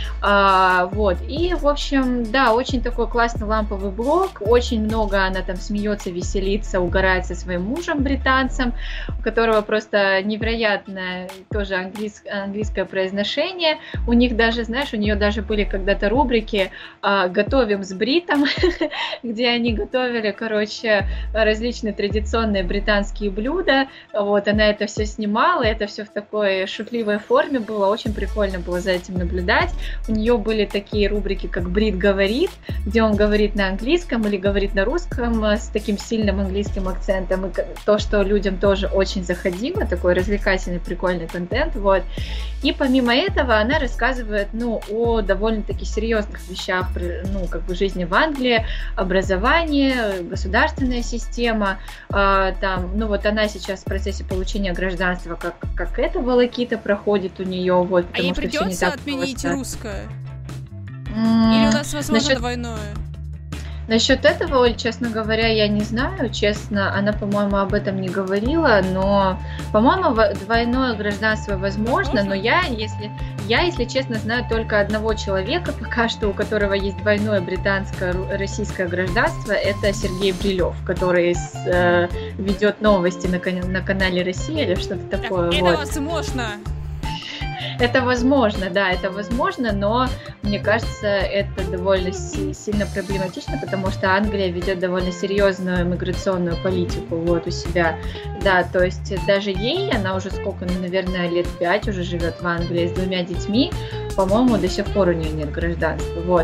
А, вот. И, в общем, да, очень такой классный ламповый блог. Очень много она там смеется, веселится, угорает со своим мужем британцем, у которого просто невероятное тоже английское, английское произношение. У них даже, знаешь, у нее даже были когда-то рубрики «Готовим с Бритом», где они готовили, короче, различные традиционные британские блюда. Вот, она это все снимала, это все в такой шутливой форме было, очень прикольно было за этим наблюдать. У нее были такие рубрики, как «Брит говорит», где он говорит на английском или говорит на русском с таким сильным английским акцентом, и то, что людям тоже очень заходило, такой развлекательный, прикольный контент, вот. И помимо этого она рассказывает, ну, о довольно-таки серьезных вещах, ну, как бы жизни в Англии, образование, государственная система, э, там, ну, вот она сейчас в процессе получения гражданства, как, как эта волокита проходит у нее, вот, потому а ей что придется все не так отменить просто. Русское? Mm, Или у нас, возможно, насчет... двойное? Насчет этого, Оль, честно говоря, я не знаю, честно, она, по-моему, об этом не говорила, но, по-моему, двойное гражданство возможно, но я, если, я, если честно, знаю только одного человека, пока что, у которого есть двойное британское, российское гражданство, это Сергей Брилев, который э, ведет новости на, на канале «Россия» или что-то такое. Это вот. возможно. это возможно, да, это возможно, но мне кажется, это довольно сильно проблематично, потому что Англия ведет довольно серьезную миграционную политику вот у себя, да, то есть даже ей, она уже сколько, ну, наверное, лет пять уже живет в Англии с двумя детьми, по-моему, до сих пор у нее нет гражданства, вот,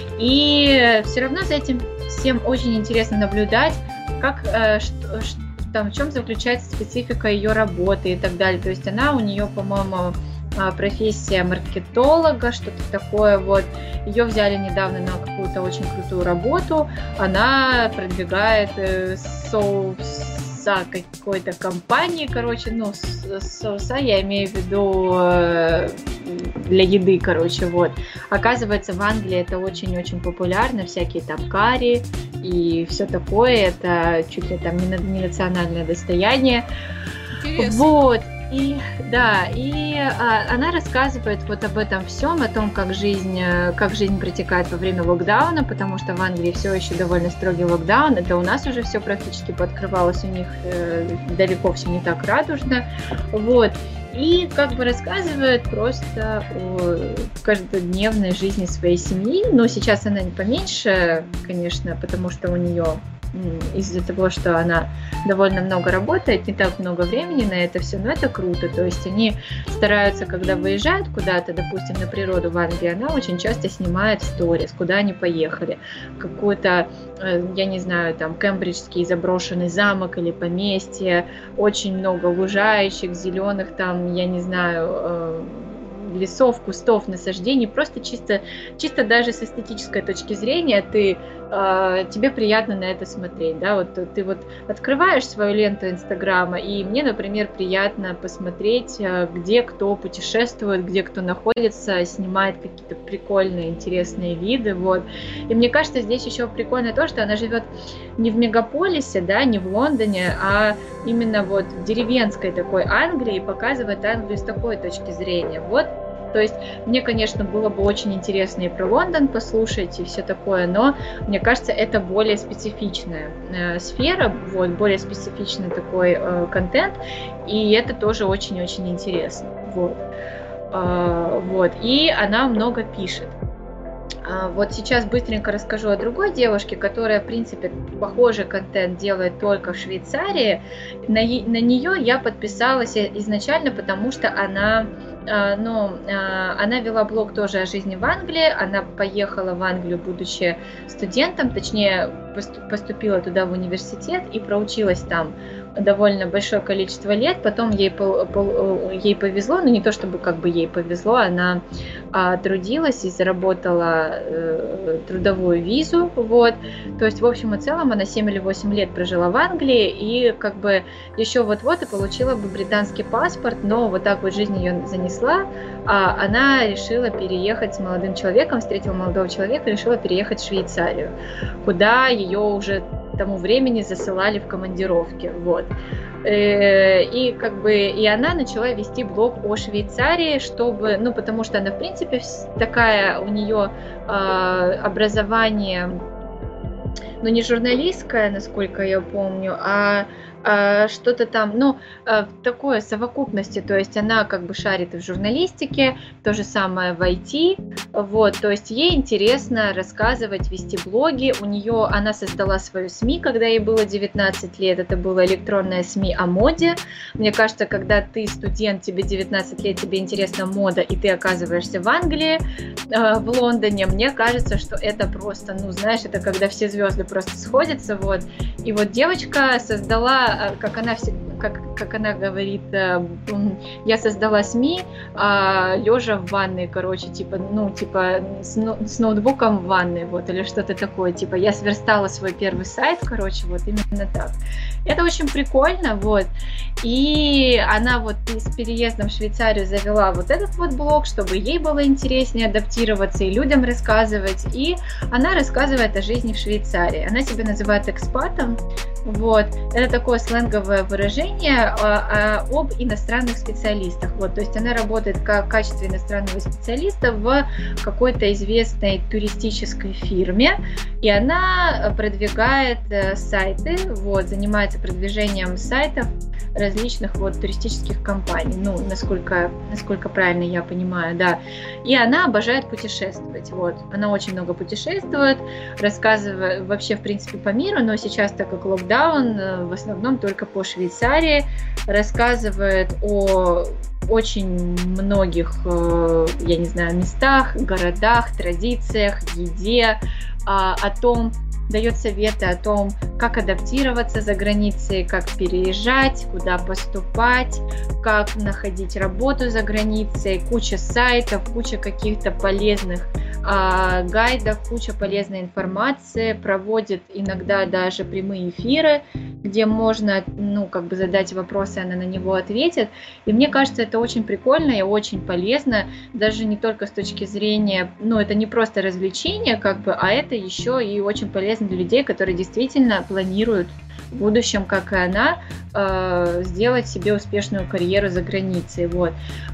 и все равно за этим всем очень интересно наблюдать, как, э, что, там, в чем заключается специфика ее работы и так далее, то есть она, у нее, по-моему, профессия маркетолога, что-то такое, вот, ее взяли недавно на какую-то очень крутую работу, она продвигает э, соуса какой-то компании, короче, ну, соуса, я имею в виду э, для еды, короче, вот. Оказывается, в Англии это очень-очень популярно, всякие там карри и все такое, это чуть ли там не, не национальное достояние. Интересно. Вот. И да, и а, она рассказывает вот об этом всем, о том, как жизнь, как жизнь протекает во время локдауна, потому что в Англии все еще довольно строгий локдаун. Это у нас уже все практически пооткрывалось, у них э, далеко все не так радужно. Вот. И как бы рассказывает просто о каждодневной жизни своей семьи. Но сейчас она не поменьше, конечно, потому что у нее из-за того, что она довольно много работает, не так много времени на это все, но это круто. То есть они стараются, когда выезжают куда-то, допустим, на природу в Англии, она очень часто снимает сторис, куда они поехали. Какой-то, я не знаю, там, кембриджский заброшенный замок или поместье, очень много лужающих, зеленых, там, я не знаю, лесов, кустов, насаждений, просто чисто, чисто даже с эстетической точки зрения ты, э, тебе приятно на это смотреть, да, вот ты вот открываешь свою ленту Инстаграма, и мне, например, приятно посмотреть, где кто путешествует, где кто находится, снимает какие-то прикольные, интересные виды, вот, и мне кажется, здесь еще прикольно то, что она живет не в мегаполисе, да, не в Лондоне, а именно вот в деревенской такой Англии, показывает Англию с такой точки зрения, вот. То есть мне, конечно, было бы очень интересно и про Лондон послушать, и все такое, но мне кажется, это более специфичная э, сфера, вот, более специфичный такой э, контент, и это тоже очень-очень интересно. Вот. Э, вот. И она много пишет. Вот сейчас быстренько расскажу о другой девушке, которая, в принципе, похожий контент делает только в Швейцарии. На, на нее я подписалась изначально, потому что она, ну, она вела блог тоже о жизни в Англии. Она поехала в Англию, будучи студентом, точнее, поступила туда в университет и проучилась там довольно большое количество лет, потом ей, ей повезло, но не то чтобы как бы ей повезло, она а, трудилась и заработала э, трудовую визу, вот, то есть в общем и целом она семь или восемь лет прожила в Англии и как бы еще вот-вот и получила бы британский паспорт, но вот так вот жизнь ее занесла, а она решила переехать с молодым человеком, встретила молодого человека и решила переехать в Швейцарию, куда ее уже к тому времени засылали в командировки, вот. И как бы и она начала вести блог о Швейцарии, чтобы, ну, потому что она, в принципе, такая, у нее э, образование, ну, не журналистское, насколько я помню, а что-то там, ну, в такой совокупности, то есть она как бы шарит и в журналистике, то же самое в ай ти, вот, то есть ей интересно рассказывать, вести блоги, у нее, она создала свою СМИ, когда ей было девятнадцать лет, это было электронное СМИ о моде, мне кажется, когда ты студент, тебе девятнадцать лет, тебе интересна мода, и ты оказываешься в Англии, в Лондоне, мне кажется, что это просто, ну, знаешь, это когда все звезды просто сходятся, вот, и вот девочка создала, как она всегда, как, как она говорит, я создала СМИ, а, лежа в ванной, короче, типа, ну, типа, с, с ноутбуком в ванной, вот, или что-то такое, типа, я сверстала свой первый сайт, короче, вот, именно так. Это очень прикольно, вот, и она вот с переездом в Швейцарию завела вот этот вот блог, чтобы ей было интереснее адаптироваться и людям рассказывать, и она рассказывает о жизни в Швейцарии. Она себя называет экспатом, Вот, это такое сленговое выражение а, а, об иностранных специалистах. Вот, то есть она работает как в качестве иностранного специалиста в какой-то известной туристической фирме, и она продвигает сайты, вот, занимается продвижением сайтов различных вот туристических компаний, ну, насколько, насколько правильно я понимаю, да. И она обожает путешествовать, вот. Она очень много путешествует, рассказывает вообще, в принципе, по миру, но сейчас, так как локдаун, в основном только по Швейцарии, рассказывает о очень многих, я не знаю, местах, городах, традициях, еде, о том, дает советы о том, как адаптироваться за границей, как переезжать, куда поступать, как находить работу за границей, куча сайтов, куча каких-то полезных а, гайдов, куча полезной информации, проводит иногда даже прямые эфиры, где можно, ну, как бы задать вопросы, она на него ответит. И мне кажется, это очень прикольно и очень полезно, даже не только с точки зрения, ну, это не просто развлечение, как бы, а это еще и очень полезно для людей, которые действительно планируют в будущем, как и она, сделать себе успешную карьеру за границей. Вот.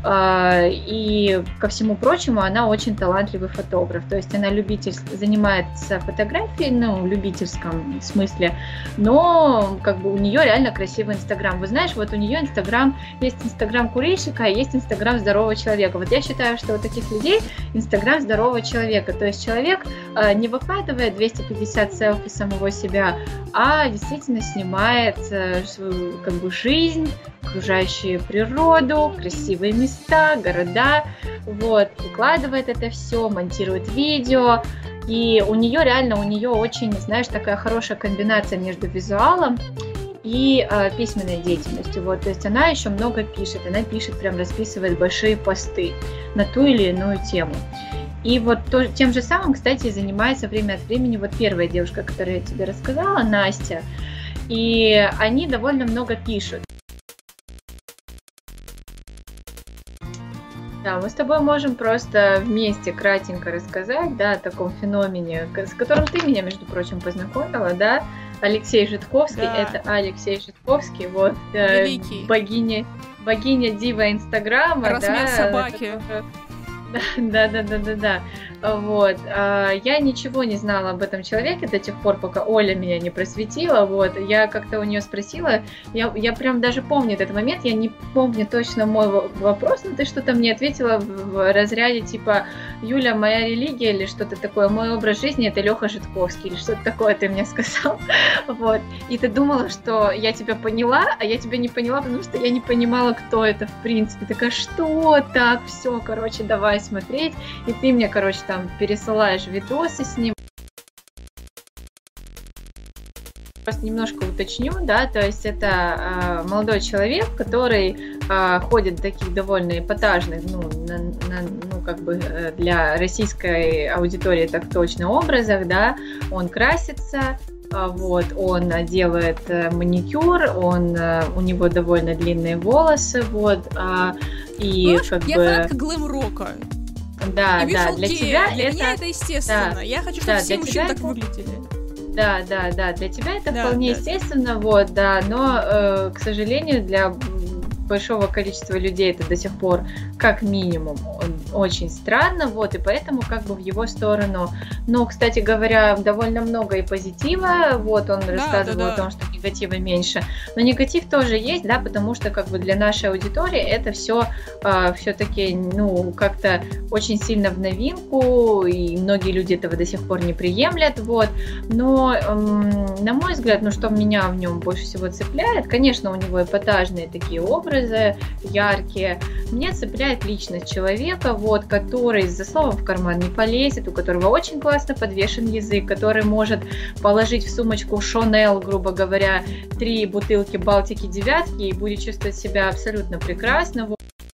И ко всему прочему, она очень талантливый фотограф. То есть она любитель, занимается фотографией, ну, в любительском смысле, но как бы у нее реально красивый инстаграм. Вы знаешь, вот у нее инстаграм, есть инстаграм курильщика, а есть инстаграм здорового человека. Вот я считаю, что у таких людей инстаграм здорового человека. То есть человек не выкладывает двести пятьдесят селфи самого себя, а действительно снимает свою как бы жизнь, окружающую природу, красивые места, города, вот, выкладывает это все, монтирует видео, и у нее реально, у нее очень, знаешь, такая хорошая комбинация между визуалом и э, письменной деятельностью, вот, то есть она еще много пишет, она пишет, прям расписывает большие посты на ту или иную тему. И вот то, тем же самым, кстати, занимается время от времени вот первая девушка, которую я тебе рассказала, Настя, и они довольно много пишут. Да, мы с тобой можем просто вместе кратенько рассказать, да, о таком феномене, с которым ты меня, между прочим, познакомила, да, Алексей Житковский, да. Это Алексей Житковский, вот, великий. богиня, богиня дива Инстаграма, размер да, собаки. Которая... Да, да, да, да, да. Вот. Я ничего не знала об этом человеке до тех пор, пока Оля меня не просветила. Вот. Я как-то у нее спросила, я, я прям даже помню этот момент, я не помню точно мой вопрос, но ты что-то мне ответила в разряде типа: Юля, моя религия или что-то такое, мой образ жизни — это Леха Житковский, или что-то такое ты мне сказал. Вот. И ты думала, что я тебя поняла, а я тебя не поняла, потому что я не понимала, кто это в принципе. Такая, что так, все, короче, давай смотреть. И ты мне, короче, там пересылаешь видосы с ним. Просто немножко уточню, да, то есть это э, молодой человек, который э, ходит в таких довольно эпатажных, ну, на, на, ну, как бы для российской аудитории так точно образах, да, он красится, э, вот, он делает э, маникюр, он, э, у него довольно длинные волосы, вот, э, и ну, как я бы... Я фанатка глэм-рока. Да, и да, для тебя для это... меня это естественно, да, я хочу, чтобы да, все мужчины так это... выглядели. Да, да, да, для тебя это да, вполне да. естественно, вот, да, но, э, к сожалению, для большого количества людей это до сих пор как минимум очень странно, вот, и поэтому как бы в его сторону, ну, кстати говоря, довольно много и позитива, вот, он да, рассказывал да, да. о том, что негатива меньше, но негатив тоже есть, да, потому что как бы для нашей аудитории это все э, все-таки, ну, как-то очень сильно в новинку, и многие люди этого до сих пор не приемлят, вот, но, э, на мой взгляд, ну, что меня в нем больше всего цепляет, конечно, у него эпатажные такие образы, яркие. Меня цепляет личность человека, вот, который за словом в карман не полезет, у которого очень классно подвешен язык, который может положить в сумочку Шанель, грубо говоря, три бутылки Балтики девятки и будет чувствовать себя абсолютно прекрасно.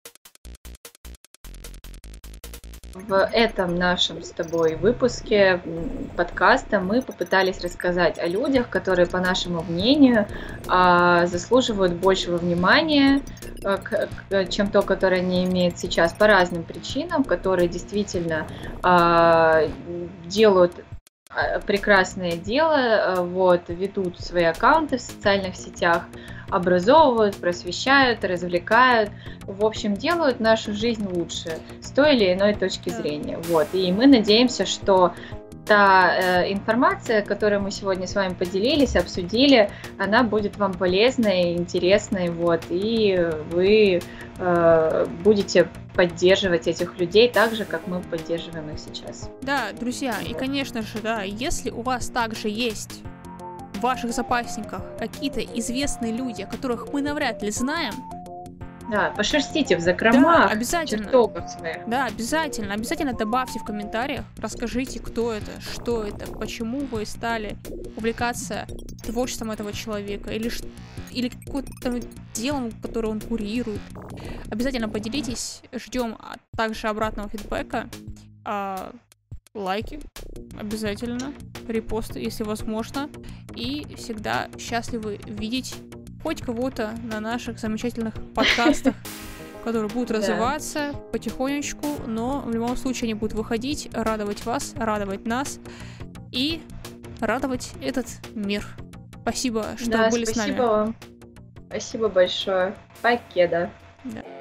В этом нашем с тобой выпуске подкаста мы попытались рассказать о людях, которые, по нашему мнению, заслуживают большего внимания, чем то, которое они имеют сейчас, по разным причинам, которые действительно делают прекрасное дело, вот, ведут свои аккаунты в социальных сетях, образовывают, просвещают, развлекают, в общем, делают нашу жизнь лучше с той или иной точки зрения. Вот. И мы надеемся, что та э, информация, которую мы сегодня с вами поделились, обсудили, она будет вам полезной, интересной, вот, и вы э, будете поддерживать этих людей так же, как мы поддерживаем их сейчас. Да, друзья, и, конечно же, да, если у вас также есть в ваших запасниках какие-то известные люди, о которых мы навряд ли знаем, да, пошерстите в закромах, да, обязательно. в чертогах своих. Да, обязательно. Обязательно добавьте в комментариях, расскажите, кто это, что это, почему вы стали увлекаться творчеством этого человека, или, или каким-то делом, которое он курирует. Обязательно поделитесь, ждем также обратного фидбэка, а, лайки, обязательно, репосты, если возможно, и всегда счастливы видеть хоть кого-то на наших замечательных подкастах, которые будут развиваться потихонечку, но в любом случае они будут выходить, радовать вас, радовать нас и радовать этот мир. Спасибо, что да, были с нами. Спасибо вам. Спасибо большое. Покеда. Да.